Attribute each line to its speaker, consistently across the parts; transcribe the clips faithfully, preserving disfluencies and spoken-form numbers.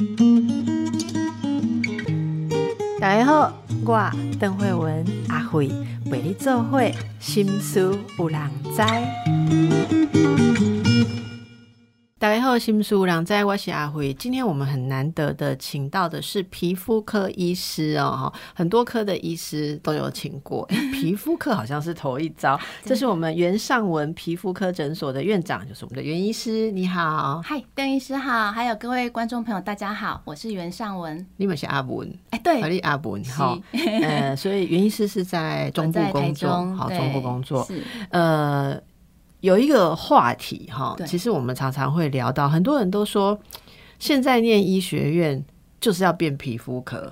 Speaker 1: 大家好，我邓惠文阿惠陪你做伙心事有人知。大家好，心事有人知，我是阿惠。今天我们很难得的请到的是皮肤科医师哦，很多科的医师都有请过，皮肤科好像是头一遭。这是我们袁尚文皮肤科诊所的院长，就是我们的袁医师。你好。
Speaker 2: 嗨，邓医师好，还有各位观众朋友大家好，我是袁尚文。
Speaker 1: 你们是阿文？
Speaker 2: 哎，对，
Speaker 1: 你阿文哈。呃，所以袁医师是在中部工作，好，中部工作是呃。有一个话题哈，其实我们常常会聊到，很多人都说现在念医学院就是要变皮肤科。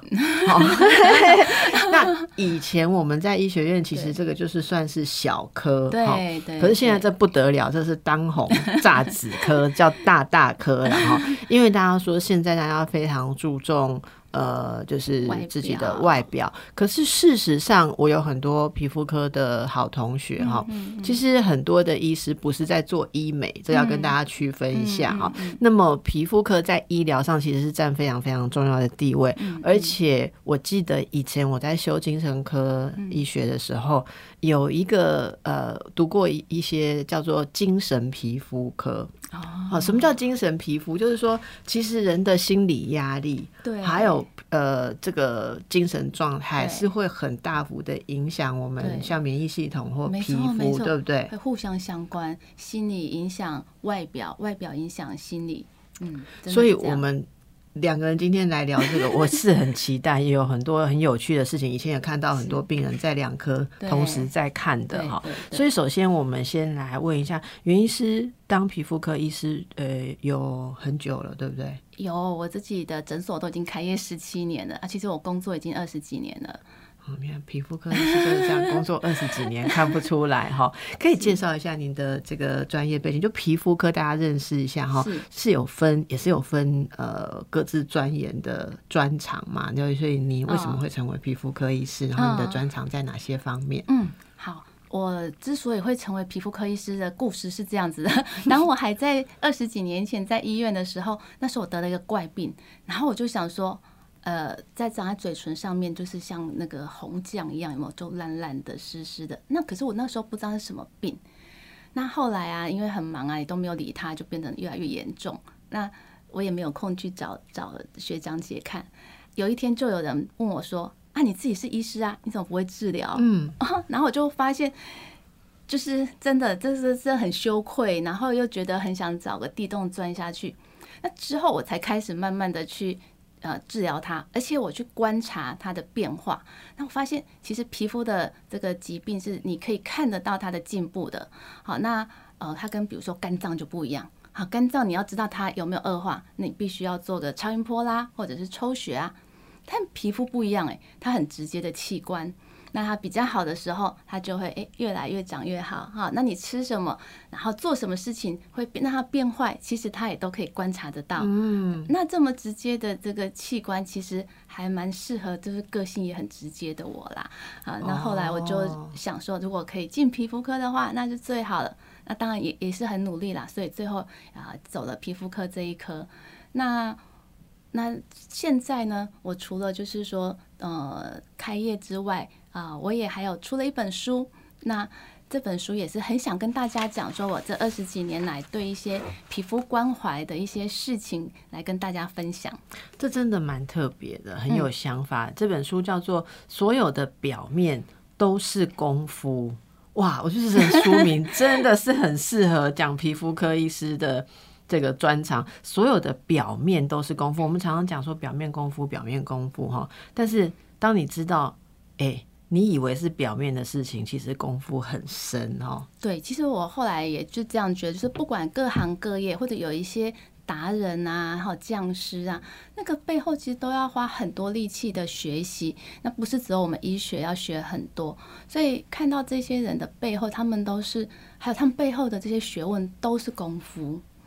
Speaker 1: 那以前我们在医学院其实这个就是算是小科，
Speaker 2: 对对。
Speaker 1: 可是现在这不得了，这是当红炸子科，叫大大科了哈。因为大家说现在大家非常注重。呃，就是自己的外表，可是事实上我有很多皮肤科的好同学哈、嗯嗯嗯，其实很多的医师不是在做医美，这要跟大家区分一下哈、嗯嗯嗯。那么皮肤科在医疗上其实是占非常非常重要的地位、嗯嗯、而且我记得以前我在修精神科医学的时候、嗯、有一个呃读过一些叫做精神皮肤科。哦，什么叫精神皮肤？就是说其实人的心理压力对，还有呃这个精神状态是会很大幅的影响我们像免疫系统或皮肤，对不对？
Speaker 2: 会互相相关，心理影响外表，外表影响心理。嗯，
Speaker 1: 所以我们两个人今天来聊这个，我是很期待，也有很多很有趣的事情。以前也看到很多病人在两科同时在看的哈，所以首先我们先来问一下，袁医师当皮肤科医师呃有很久了，对不对？
Speaker 2: 有，我自己的诊所都已经开业十七年了啊，其实我工作已经二十几年了。
Speaker 1: 哦，你看皮肤科医师就是这样工作二十几年，看不出来哈。可以介绍一下您的这个专业背景，就皮肤科大家认识一下哈，是有分也是有分呃各自钻研的专长嘛？所以你为什么会成为皮肤科医师？然后你的专长在哪些方面？
Speaker 2: 嗯，好。我之所以会成为皮肤科医师的故事是这样子的，当我还在二十几年前在医院的时候，那时候我得了一个怪病，然后我就想说呃，在长在嘴唇上面就是像那个红酱一样，有没有就烂烂的湿湿的，那可是我那时候不知道是什么病。那后来啊因为很忙啊也都没有理它，就变得越来越严重，那我也没有空去找找学长姐看。有一天就有人问我说啊，你自己是医师啊，你怎么不会治疗？嗯，然后我就发现，就是真的，这是这很羞愧，然后又觉得很想找个地洞钻下去。那之后我才开始慢慢的去呃治疗它，而且我去观察它的变化。那我发现，其实皮肤的这个疾病是你可以看得到它的进步的。好，那呃，它跟比如说肝脏就不一样。好，肝脏你要知道它有没有恶化，那你必须要做个超音波啦，或者是抽血啊。但皮肤不一样哎、欸，它很直接的器官，那它比较好的时候，它就会哎、欸、越来越长越好哈。那你吃什么，然后做什么事情会让它变坏，其实它也都可以观察得到。嗯，那这么直接的这个器官，其实还蛮适合，就是个性也很直接的我啦。啊，那后来我就想说，如果可以进皮肤科的话，那就最好了。那当然也也是很努力啦，所以最后啊走了皮肤科这一科。那那现在呢，我除了就是说呃开业之外啊、呃，我也还有出了一本书。那这本书也是很想跟大家讲，说我这二十几年来对一些皮肤关怀的一些事情来跟大家分享。
Speaker 1: 这真的蛮特别的，很有想法、嗯、这本书叫做《所有的表面都是功夫》。哇，我觉得这本书名真的是很适合讲皮肤科医师的这个专长，所有的表面都是功夫。我们常常讲说表面功夫表面功夫，但是当你知道哎，你以为是表面的事情，其实功夫很深哦。
Speaker 2: 对，其实我后来也就这样觉得，就是不管各行各业或者有一些达人啊还有匠师啊，那个背后其实都要花很多力气的学习，那不是只有我们医学要学很多。所以看到这些人的背后，他们都是还有他们背后的这些学问都是功夫。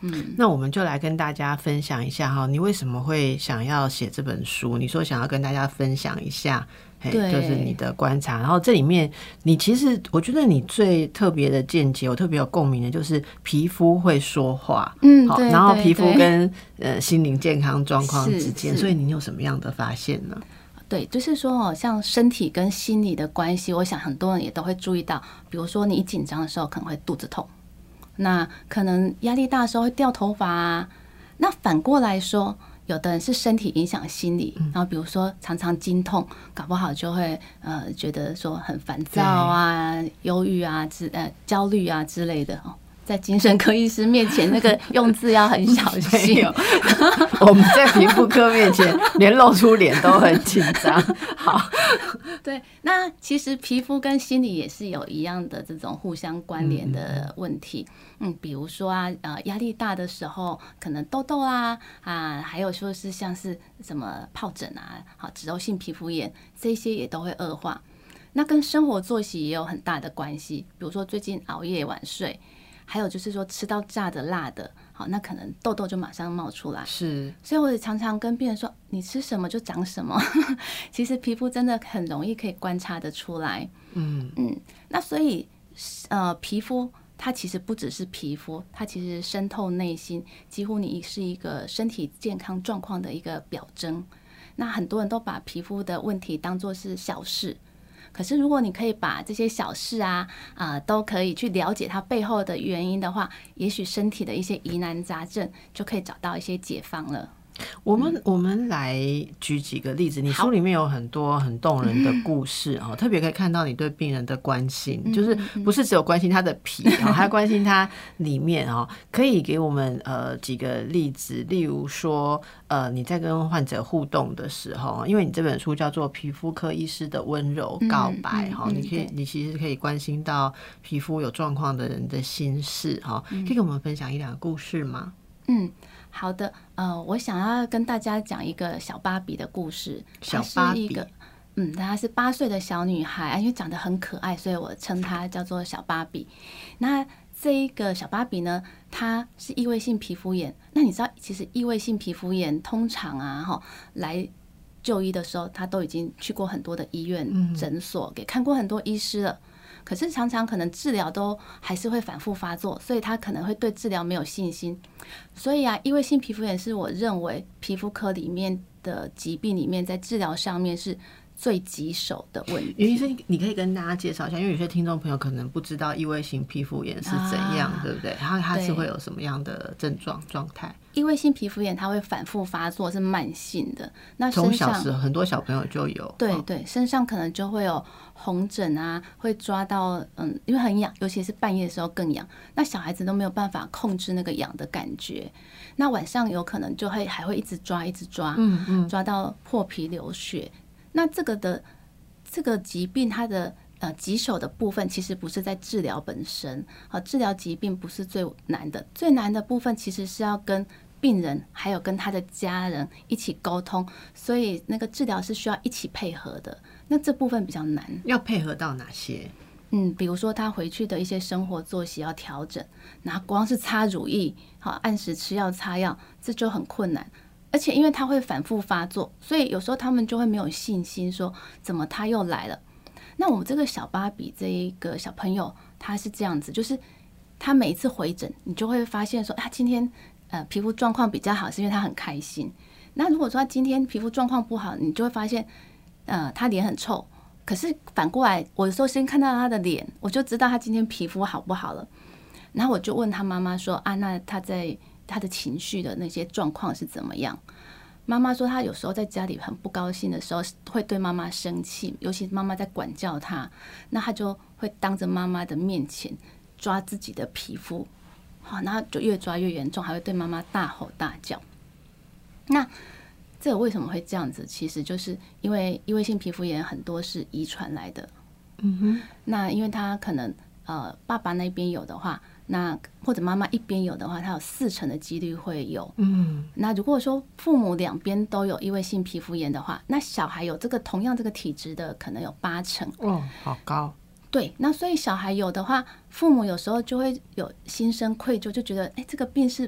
Speaker 2: 嗯，
Speaker 1: 那我们就来跟大家分享一下哈，你为什么会想要写这本书？你说想要跟大家分享一下，对，就是你的观察。然后这里面，你其实我觉得你最特别的见解，我特别有共鸣的，就是皮肤会说话。
Speaker 2: 嗯，
Speaker 1: 好，
Speaker 2: 对，
Speaker 1: 然后皮肤
Speaker 2: 对
Speaker 1: 跟呃心灵健康状况之间，
Speaker 2: 是是
Speaker 1: 所以你有什么样的发现呢？
Speaker 2: 对，就是说哦，像身体跟心理的关系，我想很多人也都会注意到。比如说，你一紧张的时候可能会肚子痛，那可能压力大的时候会掉头发啊。那反过来说，有的人是身体影响心理，然后比如说常常经痛，搞不好就会呃觉得说很烦躁啊、忧郁啊之呃焦虑啊之类的哦。在精神科医师面前，那个用字要很小心。
Speaker 1: 我们在皮肤科面前，连露出脸都很紧张。好，
Speaker 2: 对，那其实皮肤跟心理也是有一样的这种互相关联的问题。嗯, 嗯，比如说啊，呃，压力大的时候，可能痘痘啊啊，还有说是像是什么疱疹啊，好，脂漏性皮肤炎，这些也都会恶化。那跟生活作息也有很大的关系，比如说最近熬夜晚睡。还有就是说吃到炸的辣的，好，那可能痘痘就马上冒出来。
Speaker 1: 是，
Speaker 2: 所以我也常常跟病人说，你吃什么就长什么。其实皮肤真的很容易可以观察得出来。嗯嗯，那所以呃，皮肤它其实不只是皮肤，它其实深透内心，几乎你是一个身体健康状况的一个表征。那很多人都把皮肤的问题当作是小事。可是，如果你可以把这些小事啊啊、呃、都可以去了解它背后的原因的话，也许身体的一些疑难杂症就可以找到一些解方了。
Speaker 1: 我们我们来举几个例子，你书里面有很多很动人的故事哦，特别可以看到你对病人的关心，就是不是只有关心他的皮哦，还关心他里面哦。可以给我们呃几个例子，例如说呃你在跟患者互动的时候，因为你这本书叫做《皮肤科医师的温柔告白》哈、嗯嗯，你可以你其实可以关心到皮肤有状况的人的心事哈，可以跟我们分享一两个故事吗？
Speaker 2: 嗯。好的，呃，我想要跟大家讲一个小芭比的故事。
Speaker 1: 小芭比，
Speaker 2: 她是一个，嗯，她是八岁的小女孩，因为长得很可爱，所以我称她叫做小芭比。那这一个小芭比呢，她是异位性皮肤炎。那你知道，其实异位性皮肤炎通常啊，哈，来就医的时候，她都已经去过很多的医院、诊所，给看过很多医师了。可是常常可能治疗都还是会反复发作，所以他可能会对治疗没有信心。所以啊，异位性皮肤炎是我认为皮肤科里面的疾病里面，在治疗上面是最棘手的问题。
Speaker 1: 袁医生，你可以跟大家介绍一下，因为有些听众朋友可能不知道异位性皮肤炎是怎样，啊、对不对？它它是会有什么样的症状状态？
Speaker 2: 异位性皮肤炎它会反复发作，是慢性的。那
Speaker 1: 从小时很多小朋友就有，
Speaker 2: 对对，身上可能就会有红疹啊，会抓到嗯，因为很痒，尤其是半夜的时候更痒。那小孩子都没有办法控制那个痒的感觉，那晚上有可能就会还会一直抓，一直抓，嗯嗯，抓到破皮流血。那这个的这个疾病，它的呃棘手的部分，其实不是在治疗本身，好，治疗疾病不是最难的，最难的部分其实是要跟病人还有跟他的家人一起沟通，所以那个治疗是需要一起配合的。那这部分比较难，
Speaker 1: 要配合到哪些？
Speaker 2: 嗯，比如说他回去的一些生活作息要调整，那光是擦乳液，好，按时吃药擦药，这就很困难。而且因为他会反复发作，所以有时候他们就会没有信心，说怎么他又来了。那我们这个小芭比这一个小朋友，他是这样子，就是他每一次回诊，你就会发现说，他今天呃皮肤状况比较好，是因为他很开心。那如果说他今天皮肤状况不好，你就会发现，呃，他脸很臭。可是反过来，我有时候先看到他的脸，我就知道他今天皮肤好不好了。然后我就问他妈妈说，啊，那他在他的情绪的那些状况是怎么样？妈妈说，他有时候在家里很不高兴的时候，会对妈妈生气，尤其妈妈在管教他，那他就会当着妈妈的面前抓自己的皮肤，好，然后就越抓越严重，还会对妈妈大吼大叫。那这个为什么会这样子？其实就是因为异位性皮肤炎很多是遗传来的，嗯哼，那因为他可能呃爸爸那边有的话，那或者妈妈一边有的话，它有四成的几率会有。嗯，那如果说父母两边都有异位性皮肤炎的话，那小孩有这个同样这个体质的，可能有八成。
Speaker 1: 哦，好高。
Speaker 2: 对，那所以小孩有的话，父母有时候就会有心生愧疚，就觉得哎，这个病是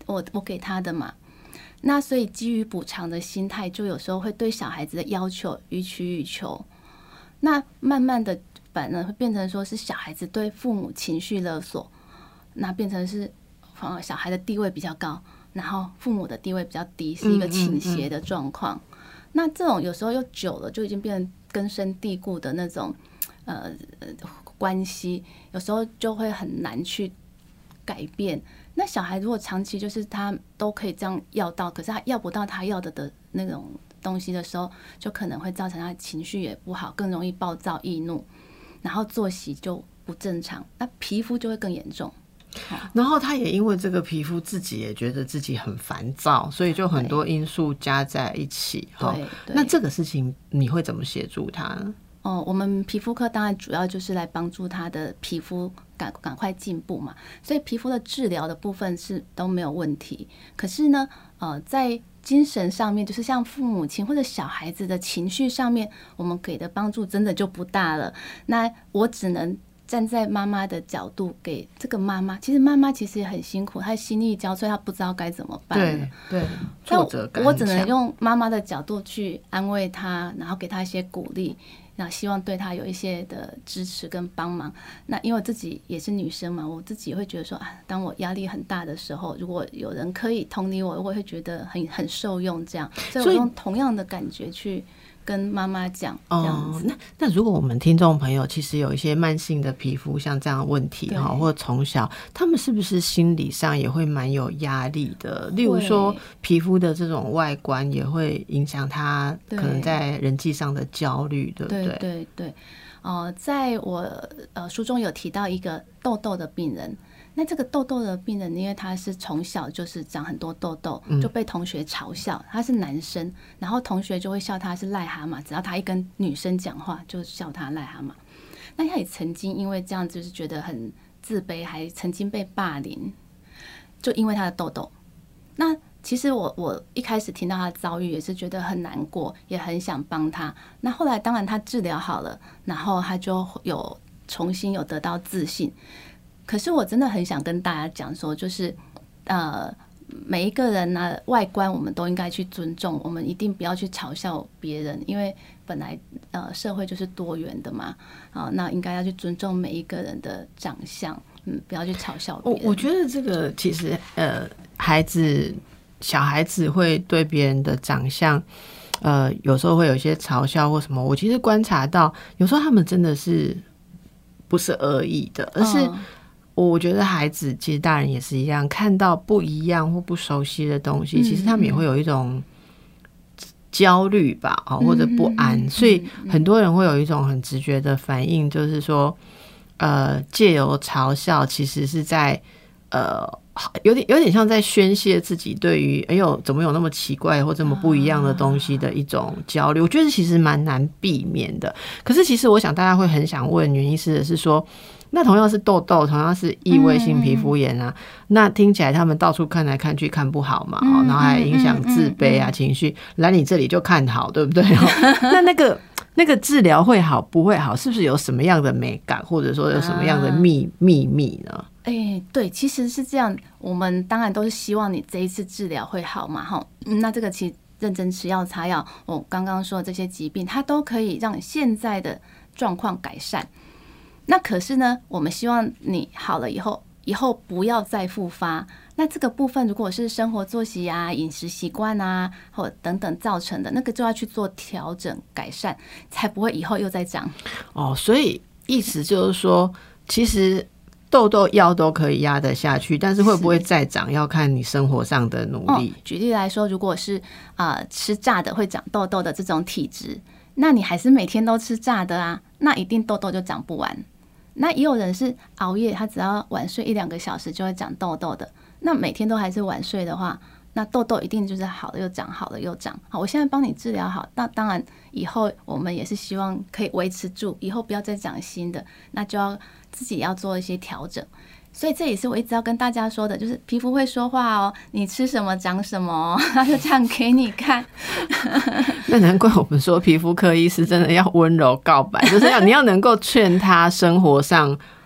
Speaker 2: 我我给他的嘛。那所以基于补偿的心态，就有时候会对小孩子的要求予取予求。那慢慢的反而会变成说是小孩子对父母情绪勒索，那变成是小孩的地位比较高，然后父母的地位比较低，是一个倾斜的状况。嗯嗯嗯，那这种有时候又久了，就已经变成根深蒂固的那种呃关系，有时候就会很难去改变。那小孩如果长期就是他都可以这样要到，可是他要不到他要的的那种东西的时候，就可能会造成他情绪也不好，更容易暴躁易怒，然后作息就不正常，那皮肤就会更严重。
Speaker 1: 然后他也因为这个皮肤自己也觉得自己很烦躁，所以就很多因素加在一起。
Speaker 2: 对，
Speaker 1: 那这个事情你会怎么协助他呢？
Speaker 2: 哦，我们皮肤科当然主要就是来帮助他的皮肤赶赶快进步嘛，所以皮肤的治疗的部分是都没有问题。可是呢，呃，在精神上面，就是像父母亲或者小孩子的情绪上面，我们给的帮助真的就不大了。那我只能站在妈妈的角度给这个妈妈，其实妈妈其实也很辛苦，她心力交瘁，她不知道该怎么办。
Speaker 1: 对对，挫折感。
Speaker 2: 我只能用妈妈的角度去安慰她，然后给她一些鼓励，那希望对她有一些的支持跟帮忙。那因为我自己也是女生嘛，我自己会觉得说啊，当我压力很大的时候，如果有人可以同理我，我会觉得很很受用。这样，所以我用同样的感觉去跟妈妈讲这样子。
Speaker 1: 哦、那那如果我们听众朋友其实有一些慢性的皮肤像这样的问题哈，或者从小他们是不是心理上也会蛮有压力的？例如说皮肤的这种外观也会影响他可能在人际上的焦虑，对不对？
Speaker 2: 对对对。呃，在我呃书中有提到一个痘痘的病人。那这个痘痘的病人，因为他是从小就是长很多痘痘，就被同学嘲笑。他是男生，然后同学就会笑他是癞蛤蟆，只要他一跟女生讲话，就笑他癞蛤蟆。那他也曾经因为这样就是觉得很自卑，还曾经被霸凌，就因为他的痘痘。那其实我我一开始听到他的遭遇也是觉得很难过，也很想帮他。那后来当然他治疗好了，然后他就有重新有得到自信。可是我真的很想跟大家讲说，就是呃，每一个人呢、啊，外观我们都应该去尊重，我们一定不要去嘲笑别人，因为本来呃社会就是多元的嘛，啊，那应该要去尊重每一个人的长相，嗯，不要去嘲笑别人。
Speaker 1: 我我觉得这个其实呃，孩子小孩子会对别人的长相。呃，有时候会有一些嘲笑或什么，我其实观察到，有时候他们真的是不是恶意的，而是。嗯我觉得孩子其实大人也是一样，看到不一样或不熟悉的东西，其实他们也会有一种焦虑吧，或者不安，所以很多人会有一种很直觉的反应，就是说，呃，借由嘲笑，其实是在呃，有点有点像在宣泄自己对于哎呦怎么有那么奇怪或这么不一样的东西的一种焦虑。我觉得其实蛮难避免的。可是其实我想大家会很想问袁医师的是说。那同样是痘痘，同样是异位性皮肤炎啊、嗯，那听起来他们到处看来看去看不好嘛，嗯、然后还影响自卑啊、嗯嗯、情绪，来你这里就看好，对不对？那那个那个治疗会好不会好，是不是有什么样的美感，或者说有什么样的秘、啊、秘密呢？
Speaker 2: 哎、欸，对，其实是这样，我们当然都是希望你这一次治疗会好嘛，哈、嗯，那这个其实认真吃药擦药，我刚刚说的这些疾病，它都可以让现在的状况改善。那可是呢，我们希望你好了以后，以后不要再复发。那这个部分，如果是生活作息啊、饮食习惯啊，或等等造成的，那个就要去做调整改善，才不会以后又再长。
Speaker 1: 哦，所以意思就是说，其实痘痘药都可以压得下去，但是会不会再长，要看你生活上的努力。
Speaker 2: 哦、举例来说，如果是呃吃炸的会长痘痘的这种体质，那你还是每天都吃炸的啊，那一定痘痘就长不完。那也有人是熬夜，他只要晚睡一两个小时就会长痘痘的。那每天都还是晚睡的话，那痘痘一定就是好了又长，好了又长。好，我现在帮你治疗好，那当然以后我们也是希望可以维持住，以后不要再长新的，那就要自己要做一些调整。所以这也是我一直要跟大家说的，就是皮肤会说话哦，你吃什么长什么，它就这样给你看。
Speaker 1: 那难怪我们说皮肤科医师真的要温柔告白，就是要你要能够劝他生活上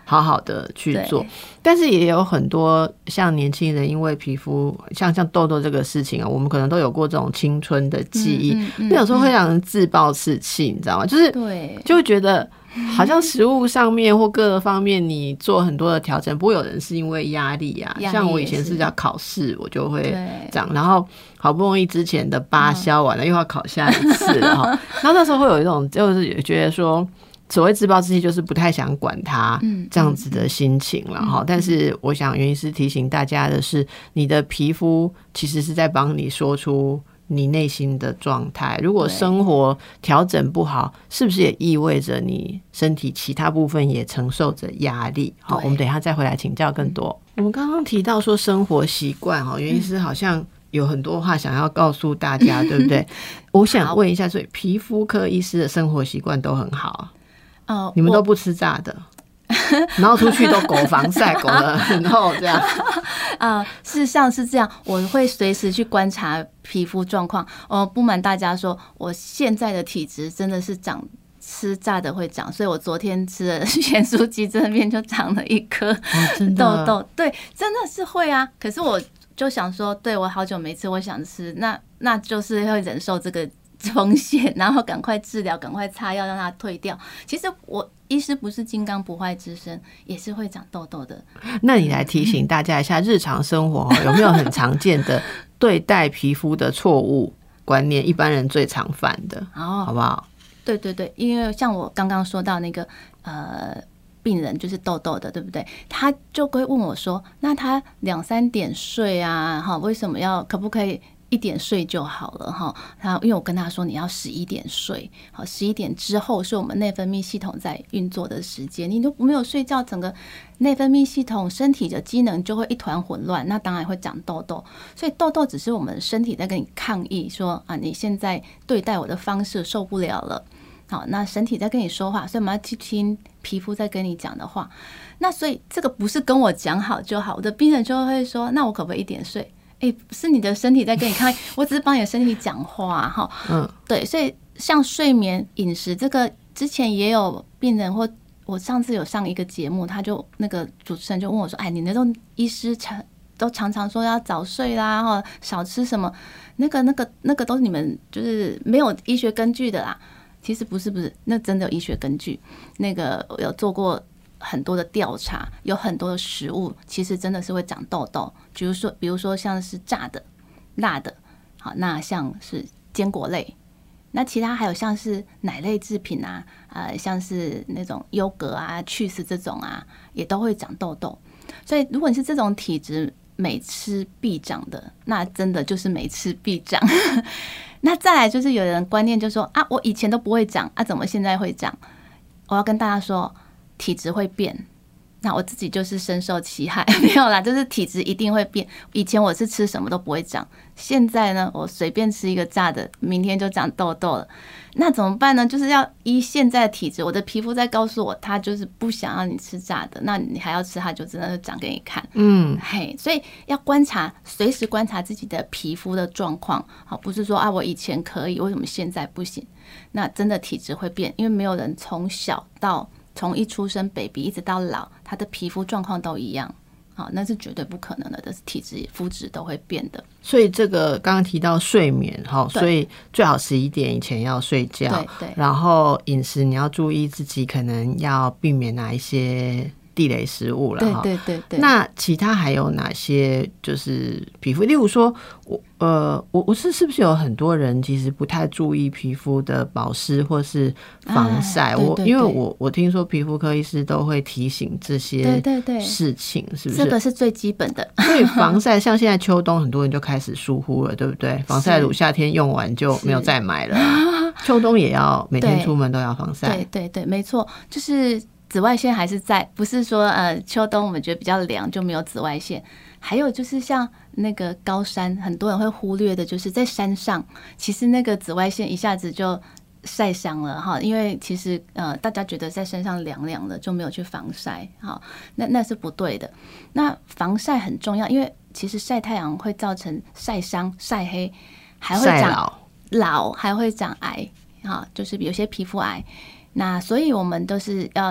Speaker 1: 好好的去做。但是也有很多像年轻人因为皮肤像像痘痘这个事情啊，我们可能都有过这种青春的记忆，那、嗯嗯嗯、有时候会让人自暴自弃，你知道吗？就是就会觉得好像食物上面或各个方面你做很多的调整，不会有人是因为压力啊，像我以前是要考试我就会这样，然后好不容易之前的疤消完了、嗯、又要考下一次了然后那时候会有一种就是觉得说所谓自暴自弃就是不太想管它这样子的心情了哈、嗯嗯。但是我想袁医师提醒大家的是，你的皮肤其实是在帮你说出你内心的状态。如果生活调整不好，是不是也意味着你身体其他部分也承受着压力？好，我们等一下再回来请教更多。嗯、我们刚刚提到说生活习惯哈，袁医师好像有很多话想要告诉大家，对不对？我想问一下，所以皮肤科医师的生活习惯都很好？哦，你们都不吃炸的，然后出去都裹防晒，裹得很厚这样。
Speaker 2: 啊、呃，事实上是这样，我会随时去观察皮肤状况。哦，不瞒大家说，我现在的体质真的是长吃炸的会长，所以我昨天吃了咸酥鸡这边就长了一颗痘痘、哦。对，真的是会啊。可是我就想说，对我好久没吃，我想吃，那那就是会忍受这个风险，然后赶快治疗，赶快擦药让它退掉。其实我医师不是金刚不坏之身，也是会长痘痘的。
Speaker 1: 那你来提醒大家一下，日常生活有没有很常见的对待皮肤的错误观念，一般人最常犯的，哦、好不好？
Speaker 2: 对对对，因为像我刚刚说到那个呃病人就是痘痘的，对不对？他就会问我说，那他两三点睡啊，哈，为什么要可不可以一点睡就好了哈？然后因为我跟他说你要十一点睡，好，十一点之后是我们内分泌系统在运作的时间，你都没有睡觉，整个内分泌系统、身体的机能就会一团混乱，那当然会长痘痘。所以痘痘只是我们身体在跟你抗议说啊，你现在对待我的方式受不了了。好，那身体在跟你说话，所以我们要去听皮肤在跟你讲的话。那所以这个不是跟我讲好就好，我的病人就会说，那我可不可以一点睡？哎、欸，是你的身体在跟你抗议，我只是帮你的身体讲话哈。嗯，对，所以像睡眠、饮食这个，之前也有病人或我上次有上一个节目，他就那个主持人就问我说，哎，你那种医师常都常常说要早睡啦，哈，少吃什么，那个、那个、那个都是你们就是没有医学根据的啦。其实不是不是，那真的有医学根据。那个我有做过很多的调查，有很多的食物其实真的是会长痘痘。比如说，比如说像是炸的、辣的，好，那像是坚果类，那其他还有像是奶类制品啊，呃，像是那种优格啊、cheese 这种啊，也都会长痘痘。所以如果你是这种体质，每吃必长的，那真的就是每吃必长。那再来就是有人观念就说啊，我以前都不会长啊，怎么现在会长？我要跟大家说，体质会变。那我自己就是深受其害，没有啦，就是体质一定会变。以前我是吃什么都不会长，现在呢，我随便吃一个炸的，明天就长痘痘了。那怎么办呢？就是要依现在的体质，我的皮肤在告诉我，它就是不想要你吃炸的，那你还要吃，它就真的是长给你看。嗯，嘿，所以要观察，随时观察自己的皮肤的状况。好，不是说啊，我以前可以，为什么现在不行？那真的体质会变，因为没有人从小到从一出生 baby 一直到老，他的皮肤状况都一样，好，那是绝对不可能的，但是体质肤质都会变的。
Speaker 1: 所以这个刚刚提到睡眠，所以最好十一点以前要睡觉，对对，然后饮食你要注意自己可能要避免哪一些地雷食物了，
Speaker 2: 对对对对。
Speaker 1: 那其他还有哪些就是皮肤？例如说，我呃，我我是是不是有很多人其实不太注意皮肤的保湿或是防晒？啊、我因为我我听说皮肤科医师都会提醒这些事情，是不是？
Speaker 2: 这个是最基本的。
Speaker 1: 所以防晒，像现在秋冬很多人就开始疏忽了，对不对？防晒乳夏天用完就没有再买了，秋冬也要每天出门都要防晒。
Speaker 2: 对对对，没错，就是紫外线还是在，不是说呃秋冬我们觉得比较凉就没有紫外线。还有就是像那个高山，很多人会忽略的，就是在山上，其实那个紫外线一下子就晒伤了哈，因为其实呃大家觉得在山上凉凉的就没有去防晒，好，那那是不对的。那防晒很重要，因为其实晒太阳会造成晒伤、晒黑，还会长老，老还会长癌，哈，就是有些皮肤癌。那所以我们都是要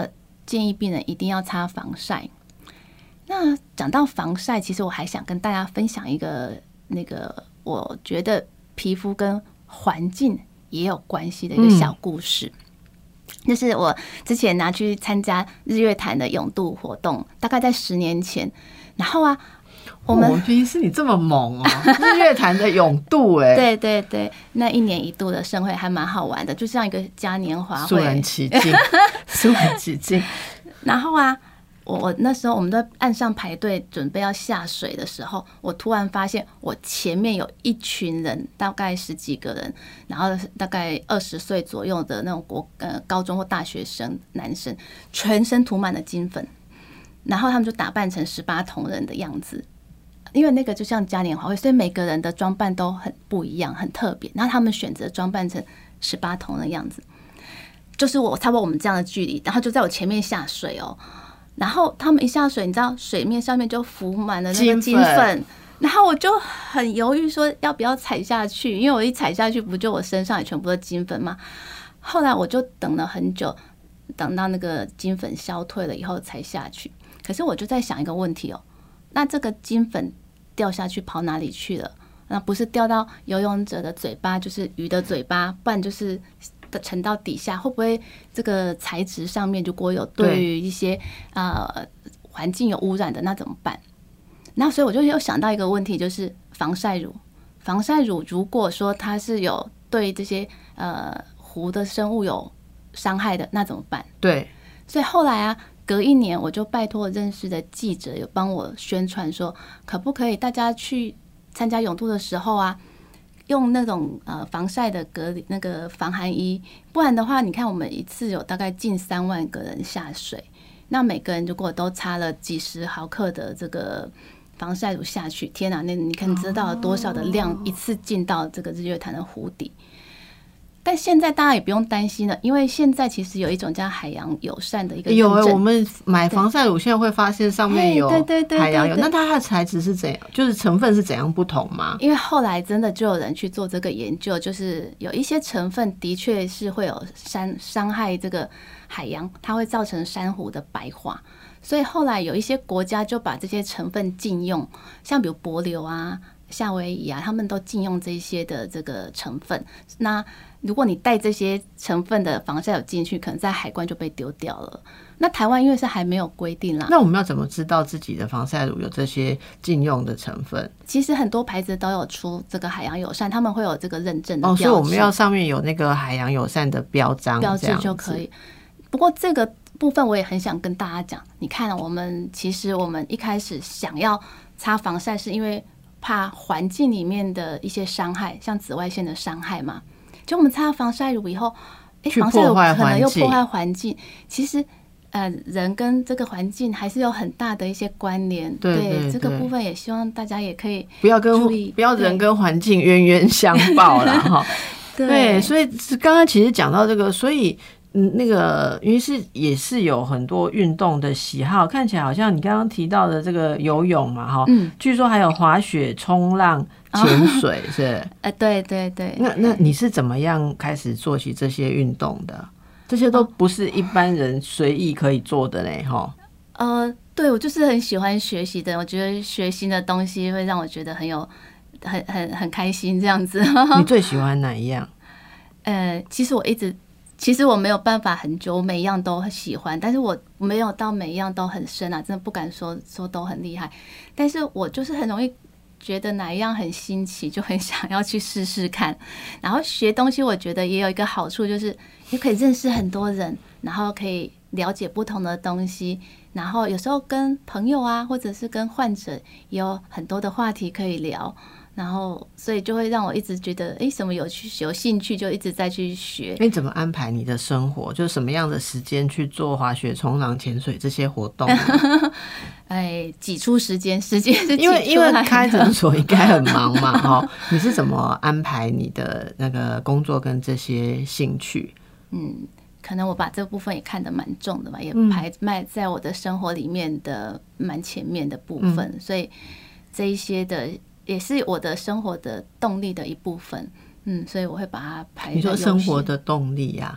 Speaker 2: 建议病人一定要擦防晒。那讲到防晒，其实我还想跟大家分享一个那个我觉得皮肤跟环境也有关系的一个小故事。嗯，就是我之前拿去参加日月潭的泳渡活动，大概在十年前。然后啊，我们
Speaker 1: 我第一次你这么猛哦，日月潭的泳渡哎，
Speaker 2: 对对对，那一年一度的盛会还蛮好玩的，就像一个嘉年华会，
Speaker 1: 肃然起敬，肃然起敬。
Speaker 2: 然后啊，我那时候我们在岸上排队准备要下水的时候，我突然发现我前面有一群人，大概十几个人，然后大概二十岁左右的那种国呃高中或大学生男生，全身涂满了金粉，然后他们就打扮成十八铜人的样子。因为那个就像嘉年华会，所以每个人的装扮都很不一样，很特别。然后他们选择装扮成十八铜人的样子，就是我差不多我们这样的距离，然后就在我前面下水哦。然后他们一下水，你知道水面上面就浮满了那个金粉，然后我就很犹豫说要不要踩下去，因为我一踩下去不就我身上也全部都金粉吗？后来我就等了很久，等到那个金粉消退了以后才下去。可是我就在想一个问题哦，那这个金粉掉下去跑哪里去了？那不是掉到游泳者的嘴巴，就是鱼的嘴巴，不然就是沉到底下，会不会这个材质上面如果有对于一些呃环境有污染的，那怎么办？那所以我就又想到一个问题，就是防晒乳。防晒乳如果说它是有对这些呃湖的生物有伤害的，那怎么办？
Speaker 1: 对，
Speaker 2: 所以后来啊，隔一年我就拜托认识的记者有帮我宣传说，可不可以大家去参加泳渡的时候啊，用那种呃防晒的隔离那个防寒衣，不然的话，你看我们一次有大概近三万个人下水，那每个人如果都擦了几十毫克的这个防晒乳下去，天哪，那你可能知道多少的量一次进到这个日月潭的湖底。但现在大家也不用担心了，因为现在其实有一种叫海洋友善的一个认证。
Speaker 1: 有、欸、我们买防晒乳现在会发现上面有海洋友，那它的材质是怎样？就是成分是怎样不同吗？
Speaker 2: 因为后来真的就有人去做这个研究，就是有一些成分的确是会有伤伤害这个海洋，它会造成珊瑚的白化。所以后来有一些国家就把这些成分禁用，像比如帛琉啊、夏威夷啊，他们都禁用这些的这个成分。那如果你带这些成分的防晒乳进去，可能在海关就被丢掉了。那台湾因为是还没有规定啦，
Speaker 1: 那我们要怎么知道自己的防晒乳有这些禁用的成分？
Speaker 2: 其实很多牌子都有出这个海洋友善，他们会有这个认证的标志，
Speaker 1: 哦，所以我们要上面有那个海洋友善的标章
Speaker 2: 标志就可以。不过这个部分我也很想跟大家讲，你看我们其实我们一开始想要擦防晒，是因为怕环境里面的一些伤害，像紫外线的伤害嘛。就我们擦防晒乳以后，哎，防晒乳可能又破坏环境。其实，呃，人跟这个环境还是有很大的一些关联。
Speaker 1: 对, 对, 对,
Speaker 2: 对，这个部分也希望大家也可以
Speaker 1: 不要跟不要人跟环境冤冤相报啦哈。对，所以刚刚其实讲到这个，所以。嗯，那个因为是也是有很多运动的喜好，看起来好像你刚刚提到的这个游泳嘛，哈、嗯，据说还有滑雪、冲浪、潜水，哦、是？
Speaker 2: 呃，对对对。
Speaker 1: 那那你是怎么样开始做起这些运动的？这些都不是一般人随意可以做的嘞，哈。
Speaker 2: 呃，对，我就是很喜欢学习的，我觉得学新的东西会让我觉得很有很很很开心这样子。
Speaker 1: 你最喜欢哪一样？
Speaker 2: 呃，其实我一直。其实我没有办法很久，我每一样都很喜欢，但是我没有到每一样都很深啊，真的不敢说说都很厉害。但是我就是很容易觉得哪一样很新奇，就很想要去试试看。然后学东西，我觉得也有一个好处，就是你可以认识很多人，然后可以了解不同的东西，然后有时候跟朋友啊，或者是跟患者也有很多的话题可以聊。然后，所以就会让我一直觉得，哎，什么有趣、有兴趣，就一直在去学。
Speaker 1: 你怎么安排你的生活？就是什么样的时间去做滑雪、冲浪、潜水这些活动？
Speaker 2: 哎，挤出时间，时间是挤出来的。
Speaker 1: 因为因为开诊所应该很忙嘛，哈，你是怎么安排你的那个工作跟这些兴趣？
Speaker 2: 嗯，可能我把这部分也看得蛮重的吧，也排卖在我的生活里面的蛮前面的部分，嗯、所以这一些的。也是我的生活的动力的一部分，嗯，所以我会把它排在。
Speaker 1: 你说生活的动力呀、啊？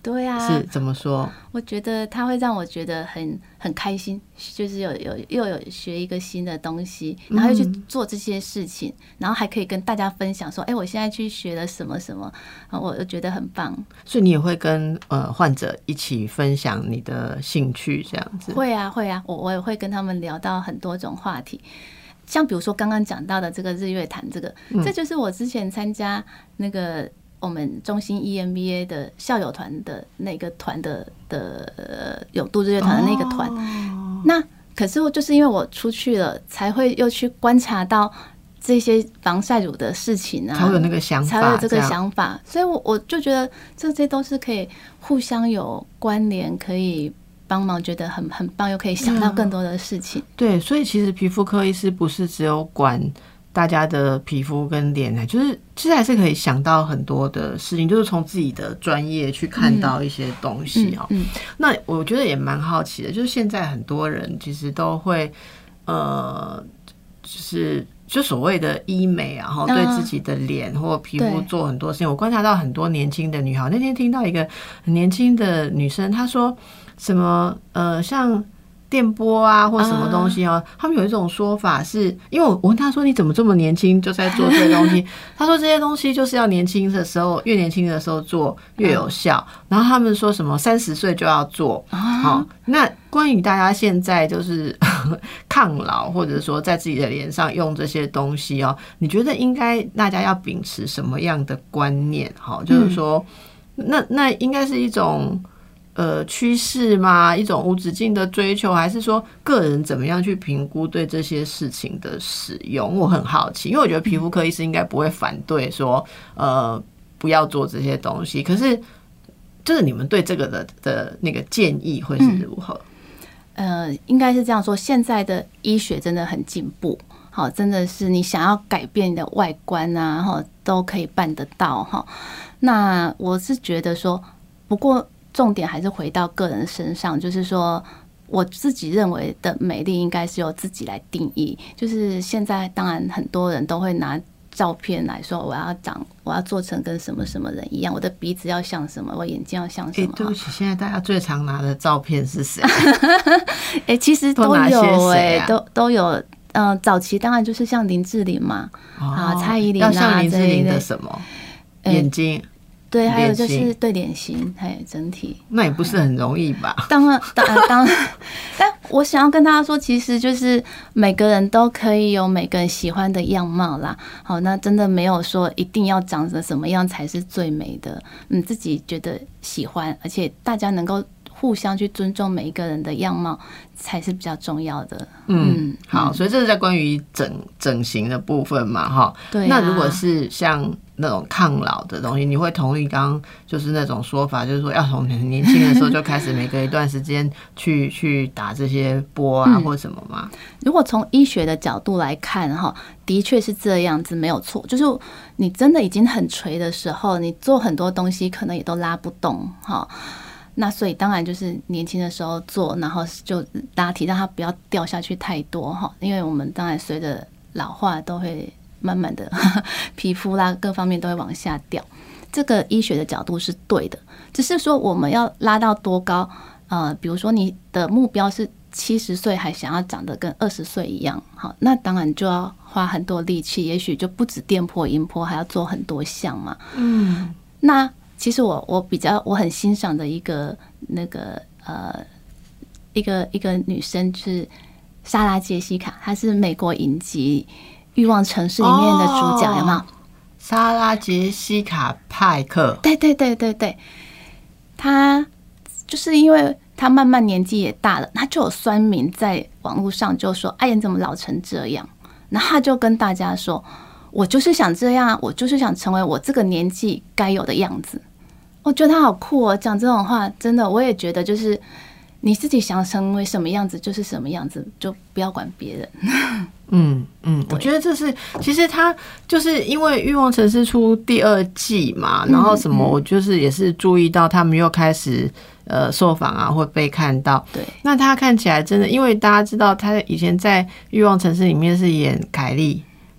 Speaker 2: 对啊，
Speaker 1: 是怎么说？
Speaker 2: 我觉得它会让我觉得很很开心，就是有有又有学一个新的东西，然后又去做这些事情，嗯、然后还可以跟大家分享说，哎、欸，我现在去学了什么什么，我我觉得很棒。
Speaker 1: 所以你也会跟呃患者一起分享你的兴趣，这样子？
Speaker 2: 会啊，会啊，我我也会跟他们聊到很多种话题。像比如说刚刚讲到的这个日月潭，这个、嗯、这就是我之前参加那个我们中心 E M B A 的校友团的那个团的的、呃、泳渡日月潭的那个团、哦、那可是我就是因为我出去了，才会又去观察到这些防晒乳的事情啊，
Speaker 1: 才会有那个想法，
Speaker 2: 才会有这个想法，所以我我就觉得这些都是可以互相有关联，可以帮忙，觉得很很棒，又可以想到更多的事情。
Speaker 1: 对，所以其实皮肤科医师不是只有管大家的皮肤跟脸，就是其实还是可以想到很多的事情，就是从自己的专业去看到一些东西哦、喔。嗯嗯嗯、那我觉得也蛮好奇的，就是现在很多人其实都会呃，就是就所谓的医美啊，然后对自己的脸或皮肤做很多事情。我观察到很多年轻的女孩，那天听到一个很年轻的女生，她说什么呃，像电波啊或什么东西哦、喔，他们有一种说法是，因为我问他说你怎么这么年轻就在做这些东西，他说这些东西就是要年轻的时候，越年轻的时候做越有效。然后他们说什么三十岁就要做。好，那关于大家现在就是抗老，或者说在自己的脸上用这些东西哦，你觉得应该大家要秉持什么样的观念？好，就是说，那那应该是一种。呃，趋势吗？一种无止境的追求，还是说个人怎么样去评估对这些事情的使用？我很好奇，因为我觉得皮肤科医师应该不会反对说，呃，不要做这些东西。可是，就是你们对这个的的那个建议会是如何？
Speaker 2: 嗯、呃，应该是这样说，现在的医学真的很进步，好，真的是你想要改变你的外观啊，哈，都可以办得到哈。那我是觉得说，不过。重点还是回到个人身上，就是说我自己认为的美丽应该是由自己来定义。就是现在当然很多人都会拿照片来说，我要长，我要做成跟什么什么人一样，我的鼻子要像什么，我眼睛要像什么。欸、
Speaker 1: 对不起，现在大家最常拿的照片是谁？
Speaker 2: 哎、欸，其实都有哎、欸啊，都都有。嗯、呃，早期当然就是像林志玲嘛，哦、啊，蔡依林啊，
Speaker 1: 要像林志玲的什么、欸、眼睛。
Speaker 2: 对，还有就是对脸型，还有整体，
Speaker 1: 那也不是很容易吧？
Speaker 2: 当然，当然，当然，但我想要跟大家说，其实就是每个人都可以有每个人喜欢的样貌啦。好，那真的没有说一定要长成什么样才是最美的，嗯，自己觉得喜欢，而且大家能够互相去尊重每一个人的样貌，才是比较重要的。嗯，
Speaker 1: 嗯好，所以这是在关于整整形的部分嘛，哈。对、啊。那如果是像那种抗老的东西，你会同意刚刚就是那种说法，就是说要从很年轻的时候就开始每隔一段时间去去打这些波啊、嗯、或什么吗？
Speaker 2: 如果从医学的角度来看哈，的确是这样子，没有错。就是你真的已经很垂的时候，你做很多东西可能也都拉不动哈。那所以当然就是年轻的时候做，然后就大家提到它不要掉下去太多哈，因为我们当然随着老化都会慢慢的皮肤啦各方面都会往下掉，这个医学的角度是对的，只是说我们要拉到多高，呃，比如说你的目标是七十岁还想要长得跟二十岁一样，好，那当然就要花很多力气，也许就不止电波、音波，还要做很多项嘛。嗯，那其实我我比较我很欣赏的一个那个呃一个一个女生是莎拉杰西卡，她是美国影集《欲望城市》里面的主角，哦、有没有？
Speaker 1: 莎拉杰西卡派克，
Speaker 2: 对对对对对，她就是因为她慢慢年纪也大了，她就有酸民在网络上就说：“哎呀，你怎么老成这样？”然后她就跟大家说：“我就是想这样，我就是想成为我这个年纪该有的样子。”我觉得他好酷哦，讲这种话真的，我也觉得就是你自己想成为什么样子就是什么样子，就不要管别人。
Speaker 1: 嗯嗯，我觉得这是其实他就是因为《欲望城市》出第二季嘛，然后什么我就是也是注意到他们又开始呃受访啊会被看到。对，那他看起来真的，因为大家知道他以前在《欲望城市》里面是演凯莉。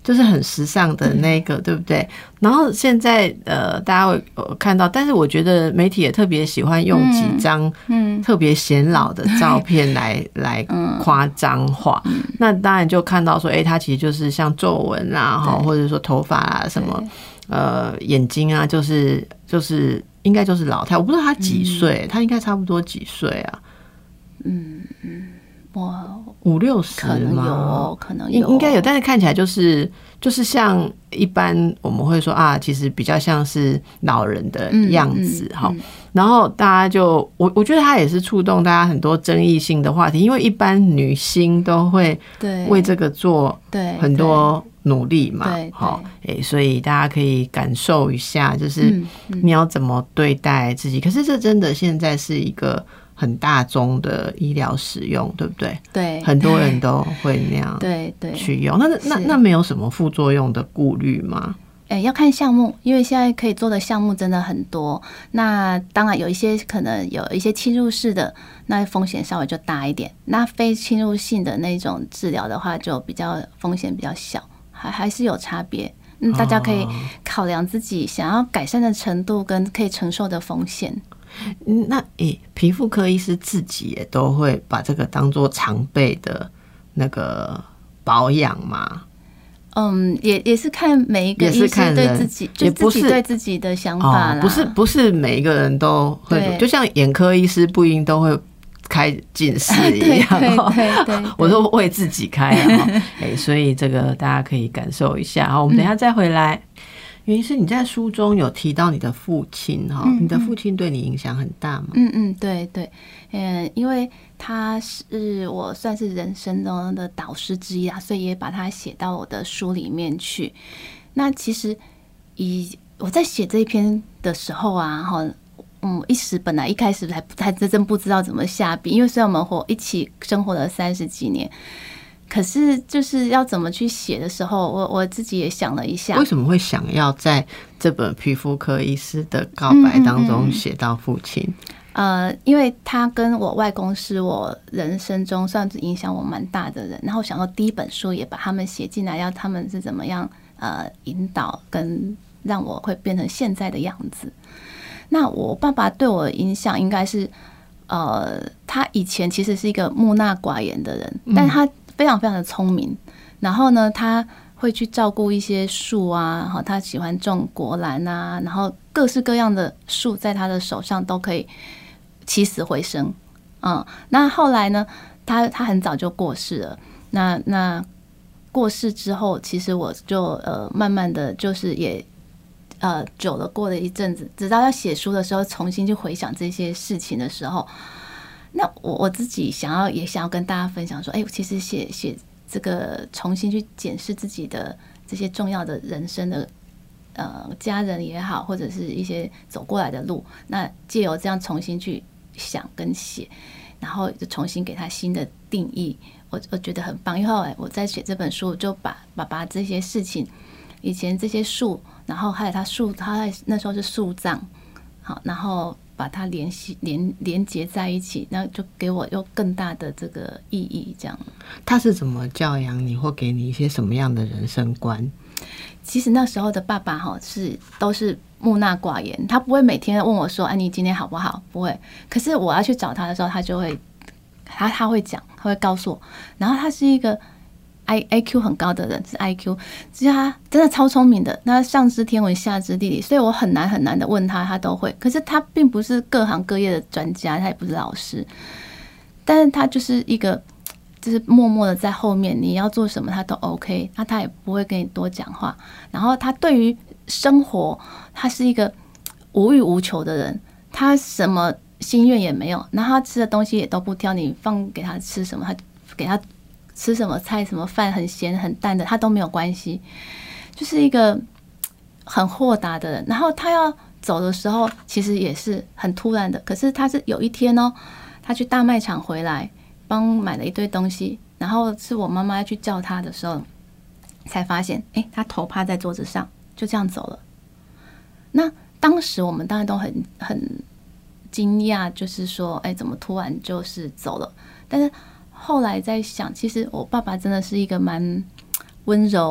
Speaker 1: 就是很时尚的那个，对不对？然后现在呃，大家会看到，但是我觉得媒体也特别喜欢用几张特别显老的照片来、嗯、来夸张化、嗯。那当然就看到说，哎、欸，他其实就是像皱纹啊，或者说头发啊什么，呃，眼睛啊，就是就是应该就是老态。我不知道他几岁、嗯，他应该差不多几岁啊？嗯嗯。哇，五六十吗？
Speaker 2: 可能有哦，可能有，
Speaker 1: 应该有，但是看起来就是就是像一般我们会说啊，其实比较像是老人的样子哈、嗯嗯嗯。然后大家就我我觉得他也是触动大家很多争议性的话题，因为一般女星都会为这个做很多努力嘛，好，哎，所以大家可以感受一下，就是你要怎么对待自己。可是这真的现在是一个很大宗的医疗使用，对不对？
Speaker 2: 对，
Speaker 1: 很多人都会那样
Speaker 2: 对对
Speaker 1: 去用。那那那没有什么副作用的顾虑吗？
Speaker 2: 哎、欸，要看项目，因为现在可以做的项目真的很多。那当然有一些可能有一些侵入式的，那风险稍微就大一点。那非侵入性的那种治疗的话，就比较风险比较小，还还是有差别。嗯，大家可以考量自己想要改善的程度跟可以承受的风险。
Speaker 1: 那诶、欸，皮肤科医师自己也都会把这个当作常备的那个保养吗？
Speaker 2: 嗯，也也是看每一个医师对自己，就自己对自己的想法啦。
Speaker 1: 哦、不是不是每一个人都会，就像眼科医师不一定都会开近视一样。
Speaker 2: 对对 对, 对, 对，
Speaker 1: 我说为自己开啊、欸，所以这个大家可以感受一下。好，我们等一下再回来。原因是你在书中有提到你的父亲哈、嗯嗯，你的父亲对你影响很大吗？
Speaker 2: 嗯嗯，对对，嗯，因为他是我算是人生中的导师之一啊，所以也把他写到我的书里面去。那其实以我在写这一篇的时候啊，哈，嗯，一时本来一开始还还真正不知道怎么下笔，因为虽然我们活一起生活了三十几年。可是就是要怎么去写的时候，我我自己也想了一下，
Speaker 1: 为什么会想要在这本皮肤科医师的告白当中写到父亲？
Speaker 2: 嗯嗯呃，因为他跟我外公是我人生中算是影响我蛮大的人，然后想到第一本书也把他们写进来，要他们是怎么样呃引导跟让我会变成现在的样子。那我爸爸对我的影响应该是，呃，他以前其实是一个木讷寡言的人，但他非常非常的聪明，然后呢，他会去照顾一些树啊，他喜欢种果兰啊，然后各式各样的树在他的手上都可以起死回生。嗯，那后来呢，他他很早就过世了。那那过世之后，其实我就呃慢慢的就是也呃久了过了一阵子，直到要写书的时候，重新去回想这些事情的时候。那我我自己想要也想要跟大家分享说，哎、欸，其实写写这个重新去检视自己的这些重要的人生的呃家人也好，或者是一些走过来的路，那借由这样重新去想跟写，然后就重新给他新的定义，我我觉得很棒。因为后来我在写这本书，就把爸爸这些事情，以前这些树，然后还有他树，他那时候是树葬，好，然后。把它联系连连结在一起，那就给我有更大的这个意义。这样，
Speaker 1: 他是怎么教养你，或给你一些什么样的人生观？
Speaker 2: 其实那时候的爸爸哈是都是木讷寡言，他不会每天问我说：“哎，你今天好不好？”不会。可是我要去找他的时候，他就会他他会讲，他会告诉我。然后他是一个。I I Q 很高的人是 I Q， 其实他真的超聪明的，那上知天文下知地理，所以我很难很难的问他，他都会。可是他并不是各行各业的专家，他也不是老师，但是他就是一个，就是默默的在后面，你要做什么他都 OK， 那他也不会跟你多讲话。然后他对于生活，他是一个无欲无求的人，他什么心愿也没有，然后他吃的东西也都不挑，你放给他吃什么，他给他。吃什么菜什么饭很咸很淡的他都没有关系，就是一个很豁达的人。然后他要走的时候其实也是很突然的，可是他是有一天哦，他去大卖场回来帮买了一堆东西，然后是我妈妈要去叫他的时候才发现，哎，他头趴在桌子上就这样走了。那当时我们当然都很很惊讶，就是说哎，怎么突然就是走了。但是后来在想，其实我爸爸真的是一个蛮温柔，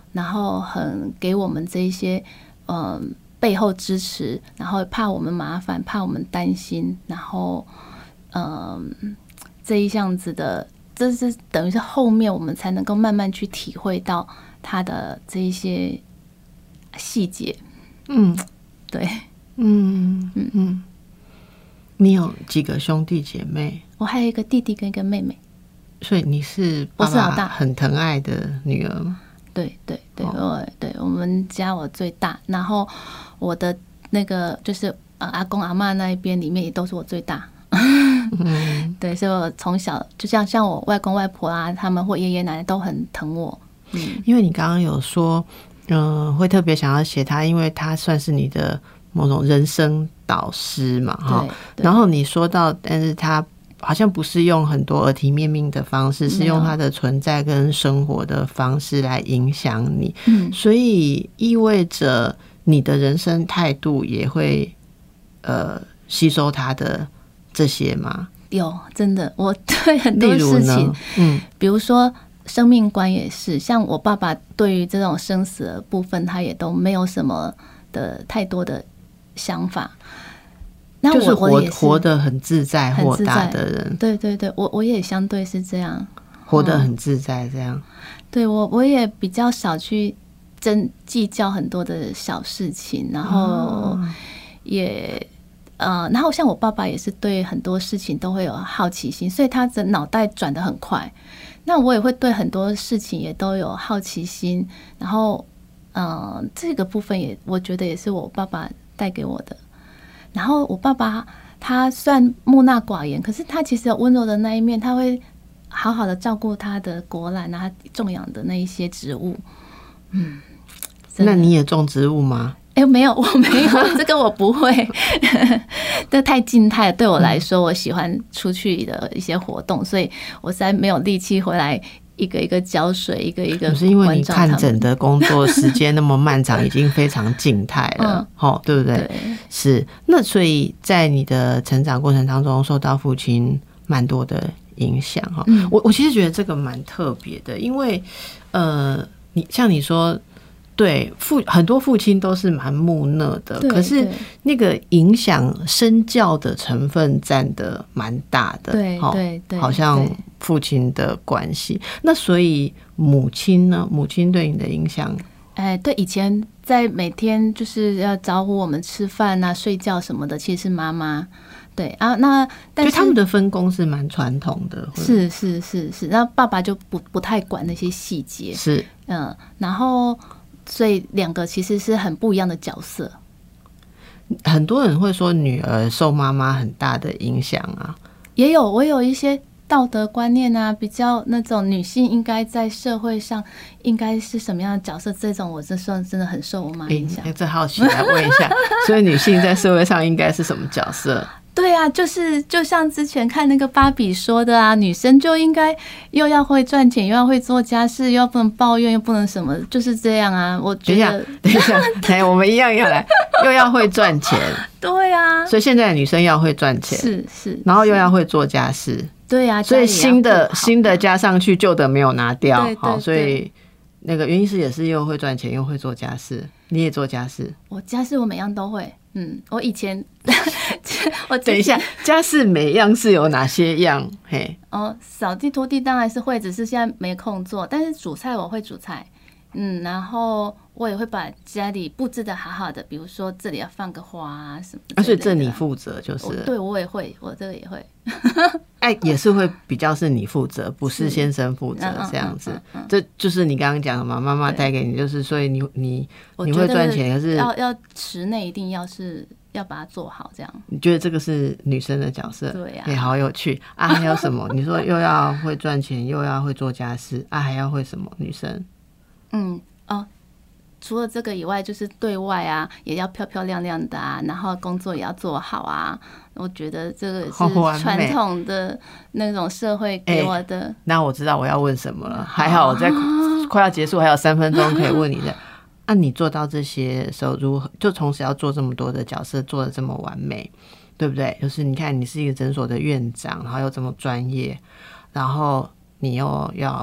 Speaker 2: 然后很给我们这一些嗯背后支持，然后怕我们麻烦，怕我们担心，然后嗯这一样子的，这是等于是后面我们才能够慢慢去体会到他的这一些细节。嗯，对，
Speaker 1: 嗯嗯嗯。你有几个兄弟姐妹？
Speaker 2: 我还有一个弟弟跟一个妹妹。
Speaker 1: 所以你是爸爸很疼爱的女儿吗？
Speaker 2: 对对对，我对我们家我最大，然后我的那个就是阿公阿嬷那一边里面也都是我最大。嗯、对，所以我从小就像像我外公外婆啊，他们或爷爷奶奶都很疼我。
Speaker 1: 嗯，因为你刚刚有说，嗯、呃，会特别想要写他，因为他算是你的某种人生导师嘛，哈。然后你说到，但是他好像不是用很多耳提面命的方式，是用他的存在跟生活的方式来影响你。嗯，所以意味着你的人生态度也会呃吸收他的这些吗？
Speaker 2: 有，真的，我对很多事情，嗯，比如说生命观也是，像我爸爸对于这种生死的部分，他也都没有什么的太多的想法。那我
Speaker 1: 就是活
Speaker 2: 也是
Speaker 1: 活得很自在、豁达的人。
Speaker 2: 对对对，我我也相对是这样，
Speaker 1: 活得很自在，这样。嗯、
Speaker 2: 对我我也比较少去争计较很多的小事情，然后也、哦、呃，然后像我爸爸也是对很多事情都会有好奇心，所以他的脑袋转得很快。那我也会对很多事情也都有好奇心，然后嗯、呃，这个部分也我觉得也是我爸爸带给我的。然后我爸爸他虽然木讷寡言，可是他其实有温柔的那一面，他会好好的照顾他的果篮啊，他种养的那一些植物。嗯，
Speaker 1: 那你也种植物吗？
Speaker 2: 哎、欸，没有，我没有，这个我不会，这太静态了。对我来说，我喜欢出去的一些活动，所以我实在没有力气回来一个一个浇水，一个一个。
Speaker 1: 不是因为你看诊的工作时间那么漫长，已经非常静态了，嗯、对不对？对，是。那所以在你的成长过程当中，受到父亲蛮多的影响哈。嗯、我我其实觉得这个蛮特别的，因为呃，你像你说。对，父很多父亲都是蛮木讷的，可是那个影响身教的成分占的蛮大的。
Speaker 2: 对对对，
Speaker 1: 好像父亲的关系。那所以母亲呢？母亲对你的影响？
Speaker 2: 哎，对，以前在每天就是要招呼我们吃饭啊、睡觉什么的，其实是妈妈。对啊，那但是
Speaker 1: 就他们的分工是蛮传统的，
Speaker 2: 是是是是，那爸爸就不不太管那些细节，
Speaker 1: 是
Speaker 2: 嗯，然后。所以两个其实是很不一样的角色。
Speaker 1: 很多人会说女儿受妈妈很大的影响啊，
Speaker 2: 也有我有一些道德观念啊，比较那种女性应该在社会上应该是什么样的角色，这种我这算真的很受我妈影响。
Speaker 1: 哎、欸，这好奇来问一下，所以女性在社会上应该是什么角色？
Speaker 2: 对啊，就是就像之前看那个芭比说的啊，女生就应该又要会赚钱，又要会做家事，又要不能抱怨，又不能什么，就是这样啊。我觉得，
Speaker 1: 等一下，等一下，我们一样要来，又要会赚钱，
Speaker 2: 对啊。
Speaker 1: 所以现在的女生要会赚钱，
Speaker 2: 是是，
Speaker 1: 然后又要会做家事，
Speaker 2: 对啊。
Speaker 1: 所以新的新的加上去，旧的没有拿掉，
Speaker 2: 对对对，
Speaker 1: 好，所以那个原因是也是又会赚钱，又会做家事。你也做家事？
Speaker 2: 我家事我每样都会。嗯，我以前
Speaker 1: 我等一下，家事每样是有哪些样？嘿，
Speaker 2: 哦，扫地拖地当然是会，只是现在没空做。但是煮菜我会煮菜，嗯，然后我也会把家里布置的好好的，比如说这里要放个花啊什么的。
Speaker 1: 而且这你负责就是？
Speaker 2: 对，我也会，我这个也会。
Speaker 1: 哎，也是会比较是你负责，不是先生负责这样子。这就是你刚刚讲的嘛，妈妈带给你，就是所以你你你会赚钱，可是
Speaker 2: 要要池内一定要是要把它做好，这样。
Speaker 1: 你觉得这个是女生的角色？
Speaker 2: 对呀，
Speaker 1: 也好有趣啊！还有什么？你说又要会赚钱，又要会做家事啊，还要会什么？女生？
Speaker 2: 嗯哦。除了这个以外，就是对外啊，也要漂漂亮亮的啊，然后工作也要做好啊。我觉得这个是传统的那种社会给我的。欸、
Speaker 1: 那我知道我要问什么了。还好我在快要结束，还有三分钟可以问你的。啊，你做到这些时候，如何就同时要做这么多的角色，做得这么完美，对不对？就是你看，你是一个诊所的院长，然后又这么专业，然后你又要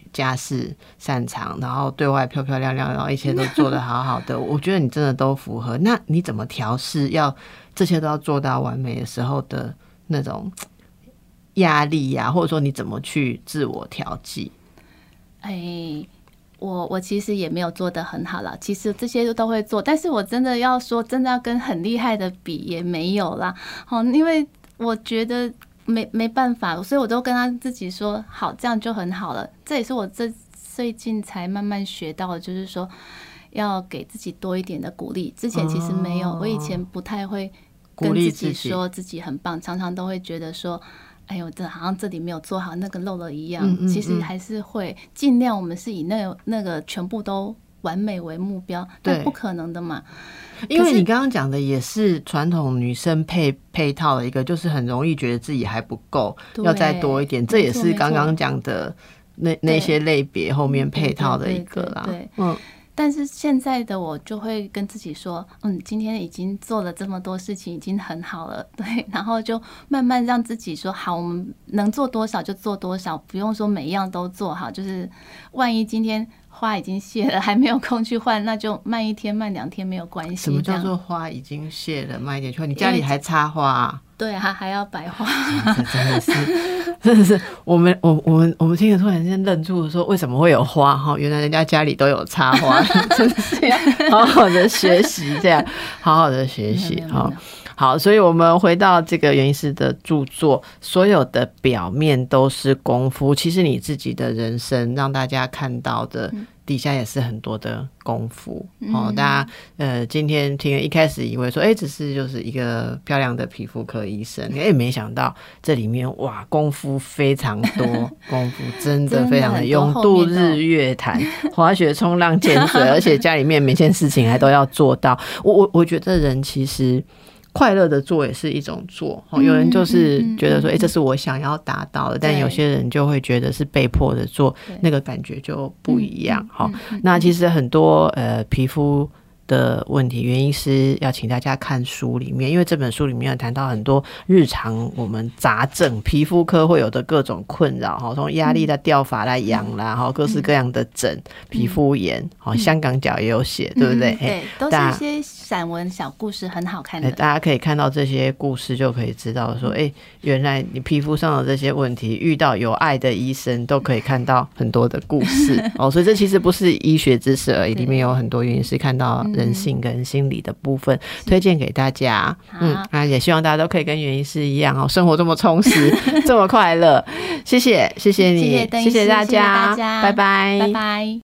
Speaker 1: 家事擅长，然后对外漂漂亮亮，然后一切都做得好好的，我觉得你真的都符合。那你怎么调试要这些都要做到完美的时候的那种压力呀、啊，或者说你怎么去自我调剂？
Speaker 2: 哎，我我其实也没有做得很好啦，其实这些都会做，但是我真的要说，真的要跟很厉害的比也没有啦。哦，因为我觉得没没办法，所以我都跟他自己说，好，这样就很好了。这也是我这最近才慢慢学到的，就是说要给自己多一点的鼓励。之前其实没有，哦、我以前不太会跟自己说自己很棒，常常都会觉得说，哎呦，这好像这里没有做好，那个漏了一样。嗯嗯嗯，其实还是会尽量，我们是以那个那个全部都完美为目标，但不可能的嘛。
Speaker 1: 因为你刚刚讲的也是传统女生配配套的一个，就是很容易觉得自己还不够，要再多一点。这也是刚刚讲的那那些类别后面配套的一个啦。
Speaker 2: 对，对对对对，嗯。但是现在的我就会跟自己说，嗯，今天已经做了这么多事情，已经很好了，对，然后就慢慢让自己说，好，我们能做多少就做多少，不用说每一样都做好，就是万一今天花已经谢了，还没有空去换，那就慢一天慢两天没有关系。
Speaker 1: 什么叫做花已经谢了，慢一点去换？你家里还插花啊？
Speaker 2: 对啊，还要摆花。
Speaker 1: 这真的是，真的是，我们我我们我们听了突然间愣住了，说为什么会有花？哈，原来人家家里都有插花，真的是要好好的学习，这样好好的学习哈。好，所以我们回到这个袁医师的著作，所有的表面都是功夫，其实你自己的人生让大家看到的底下也是很多的功夫、嗯、哦。大家呃今天听一开始以为说哎、欸、只是就是一个漂亮的皮肤科医生，哎、欸、没想到这里面哇功夫非常多，功夫真的非常的用，度日月潭、滑雪、冲浪、潜水，而且家里面每件事情还都要做到。我我我觉得人其实快乐的做也是一种做，有人就是觉得说哎、欸，这是我想要达到的，但有些人就会觉得是被迫的做，那个感觉就不一样。好，那其实很多呃皮肤的问题，原因是要请大家看书里面，因为这本书里面有谈到很多日常我们杂症皮肤科会有的各种困扰，从压力的掉发来痒啦，各式各样的疹、皮肤炎，香港脚也有写，对不对？
Speaker 2: 对，都是一些散文小故事，很好看的。
Speaker 1: 大家可以看到这些故事，就可以知道说，哎，原来你皮肤上的这些问题，遇到有爱的医生，都可以看到很多的故事哦。所以这其实不是医学知识而已，里面有很多原因是看到人性跟心理的部分，推荐给大家。嗯，那也希望大家都可以跟袁医师一样哦，生活这么充实，这么快乐。谢谢，谢谢你，谢谢大家，
Speaker 2: 谢谢大家，
Speaker 1: 拜拜，
Speaker 2: 拜拜。